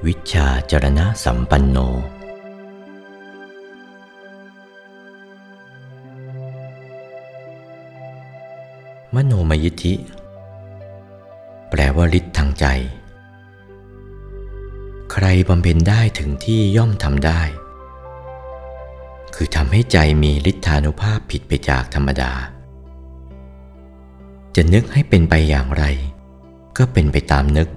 วิชชาจรณะสัมปันโนมโนมยิทธิแปลว่าฤทธิ์ทางใจใครบำเพ็ญได้ถึงที่ย่อมทำได้คือทำให้ใจมีฤทธานุภาพผิดไปจากธรรมดาจะนึกให้เป็นไปอย่างไรก็เป็นไปตามนึก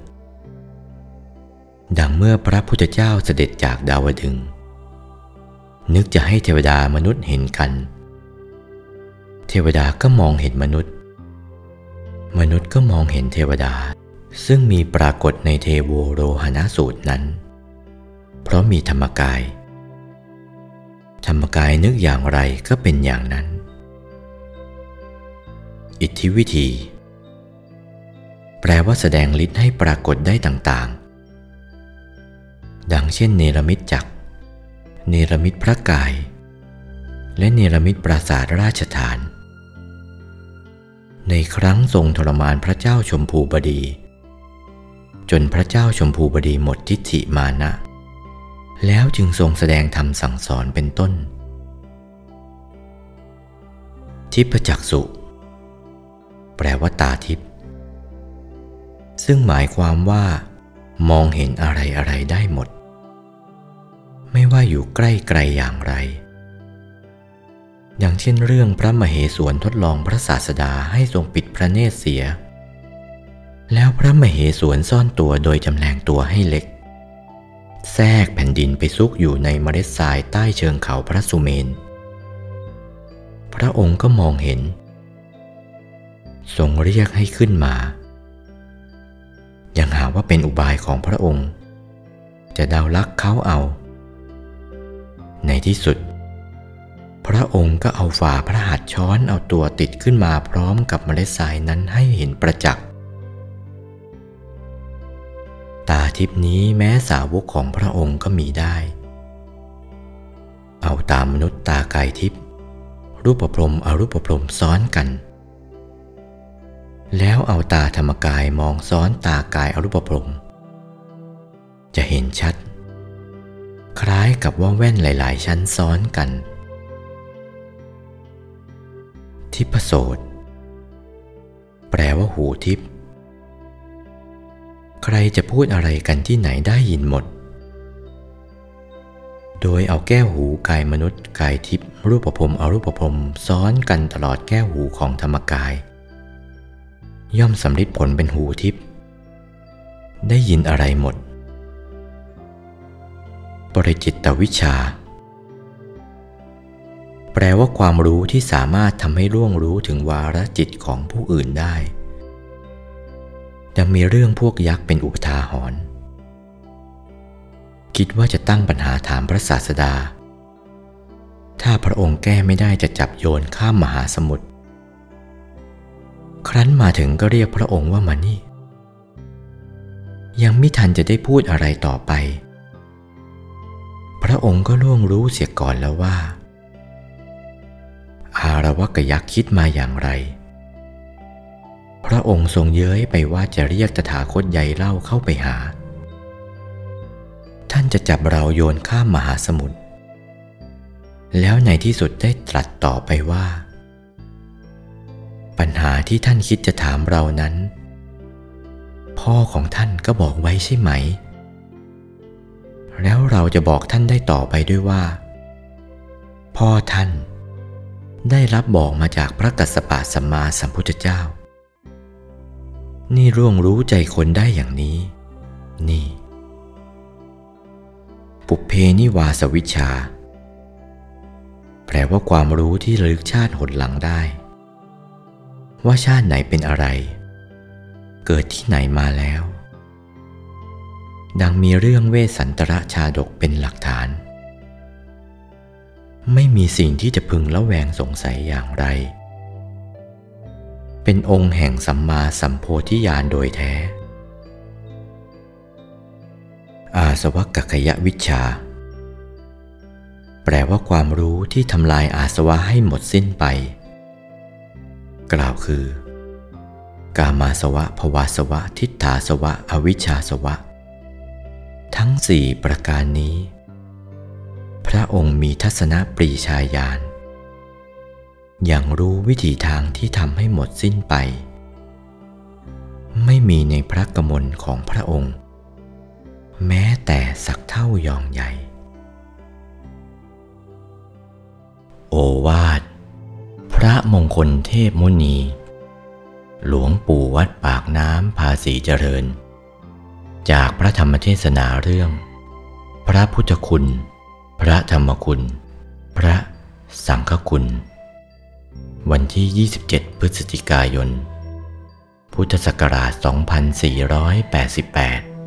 ดังเมื่อพระพุทธเจ้าเสด็จจากดาวดึงส์นึกจะให้เทวดามนุษย์เห็นกันเทวดาก็มองเห็นมนุษย์มนุษย์ก็มองเห็นเทวดาซึ่งมีปรากฏในเทโวโรหณสูตรนั้นเพราะมีธรรมกายนึกอย่างไรก็เป็นอย่างนั้นอิทธิวิธีแปลว่าแสดงฤทธิ์ให้ปรากฏได้ต่างๆดังเช่นเนรมิตจักรเนรมิตพระกายและเนรมิตปราสาทราชฐานในครั้งทรงทรมานพระเจ้าชมพูบดีจนพระเจ้าชมพูบดีหมดทิฏฐิมานะแล้วจึงทรงแสดงธรรมสั่งสอนเป็นต้นทิพจักษุแปลว่าตาทิพย์ซึ่งหมายความว่ามองเห็นอะไรได้หมดไม่ว่าอยู่ใกล้ไกลอย่างไรอย่างเช่นเรื่องพระมเหสวนทดลองพระศาสดาให้ทรงปิดพระเนตรเสียแล้วพระมเหสวนซ่อนตัวโดยจำแรงตัวให้เล็กแทรกแผ่นดินไปซุกอยู่ในเมล็ดทรายใต้เชิงเขาพระสุเมรุพระองค์ก็มองเห็นทรงเรียกให้ขึ้นมายังหาว่าเป็นอุบายของพระองค์จะเดาลักเขาเอาในที่สุดพระองค์ก็เอาฝ่าพระหัตถ์ช้อนเอาตัวติดขึ้นมาพร้อมกับเมล็ดทรายนั้นให้เห็นประจักษ์ตาทิพย์นี้แม้สาวกของพระองค์ก็มีได้เอาตามนุษย์ตากายทิพย์รูปพรหมอรูปพรหมซ้อนกันแล้วเอาตาธรรมกายมองซ้อนตากายอรูปพรหมจะเห็นชัดคล้ายกับว่าแว่นหลายๆชั้นซ้อนกันทิพโสตแปลว่าหูทิพย์ใครจะพูดอะไรกันที่ไหนได้ยินหมดโดยเอาแก้วหูกายมนุษย์กายทิพย์รูปพรหมอรูปพรหมซ้อนกันตลอดแก้วหูของธรรมกายย่อมสำลิดผลเป็นหูทิพย์ได้ยินอะไรหมดปริจิตตวิชชาแปลว่าความรู้ที่สามารถทำให้ล่วงรู้ถึงวาระจิตของผู้อื่นได้ยังมีเรื่องพวกยักษ์เป็นอุปทาหรณ์คิดว่าจะตั้งปัญหาถามพระศาสดาถ้าพระองค์แก้ไม่ได้จะจับโยนข้ามมหาสมุทรครั้นมาถึงก็เรียกพระองค์ว่ามานี่ยังไม่ทันจะได้พูดอะไรต่อไปพระองค์ก็ล่วงรู้เสียก่อนแล้วว่าอารวกยักษ์คิดมาอย่างไรพระองค์ทรงเย้ยไปว่าจะเรียกตถาคตใหญ่เล่าเข้าไปหาท่านจะจับเราโยนข้ามมหาสมุทรแล้วในที่สุดได้ตรัสต่อไปว่าปัญหาที่ท่านคิดจะถามเรานั้นพ่อของท่านก็บอกไว้ใช่ไหมแล้วเราจะบอกท่านได้ต่อไปด้วยว่าพ่อท่านได้รับบอกมาจากพระกัสสปะสัมมาสัมพุทธเจ้านี่ร่วงรู้ใจคนได้อย่างนี้นี่ปุพเพนิวาสวิชชาแปลว่าความรู้ที่ระลึกชาติหนหลังได้ว่าชาติไหนเป็นอะไรเกิดที่ไหนมาแล้วดังมีเรื่องเวสสันตรชาดกเป็นหลักฐานไม่มีสิ่งที่จะพึงละแวงสงสัยอย่างไรเป็นองค์แห่งสัมมาสัมโพธิญาณโดยแท้อาสวัคคยวิชชาแปลว่าความรู้ที่ทำลายอาสวะให้หมดสิ้นไปกล่าวคือกามาสวะภวาสวะทิฏฐาสวะอวิชชาสวะทั้งสี่ประการนี้พระองค์มีทัศนปรีชาญาณอย่างรู้วิถีทางที่ทำให้หมดสิ้นไปไม่มีในพระกมลของพระองค์แม้แต่สักเท่ายองใหญ่โอวาทพระมงคลเทพมุนีหลวงปู่วัดปากน้ำภาษีเจริญจากพระธรรมเทศนาเรื่องพระพุทธคุณพระธรรมคุณพระสังฆคุณวันที่ 27 พฤศจิกายน พุทธศักราช 2488